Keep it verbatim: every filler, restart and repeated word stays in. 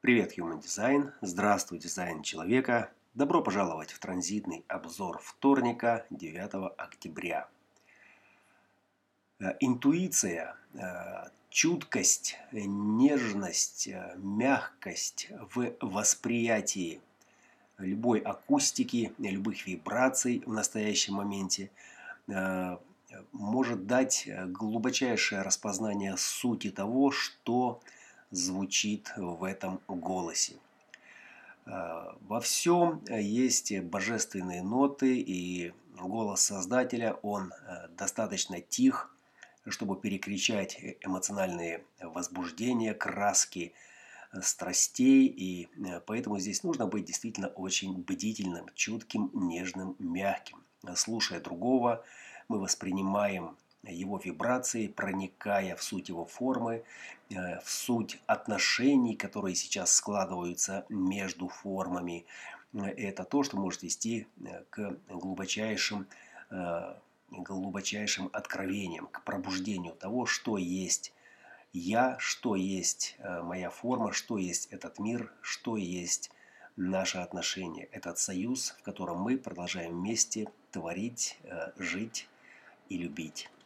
Привет, Human Design! Здравствуй, дизайн человека! Добро пожаловать в транзитный обзор вторника, девятого октября. Э, Интуиция, э, чуткость, э, нежность, э, мягкость в восприятии любой акустики, любых вибраций в настоящем моменте э, может дать э, глубочайшее распознание сути того, что звучит в этом голосе. Э, Во всем есть божественные ноты, и голос Создателя, он э, достаточно тих, чтобы перекричать эмоциональные возбуждения, краски э, страстей, и э, поэтому здесь нужно быть действительно очень бдительным, чутким, нежным, мягким. Слушая другого, мы воспринимаем его вибрации, проникая в суть его формы, э, в суть отношений, которые сейчас складываются между формами. Э, Это то, что может вести э, к глубочайшим, э, глубочайшим откровениям, к пробуждению того, что есть я, что есть э, моя форма, что есть этот мир, что есть наши отношения, этот союз, в котором мы продолжаем вместе творить, э, жить и любить.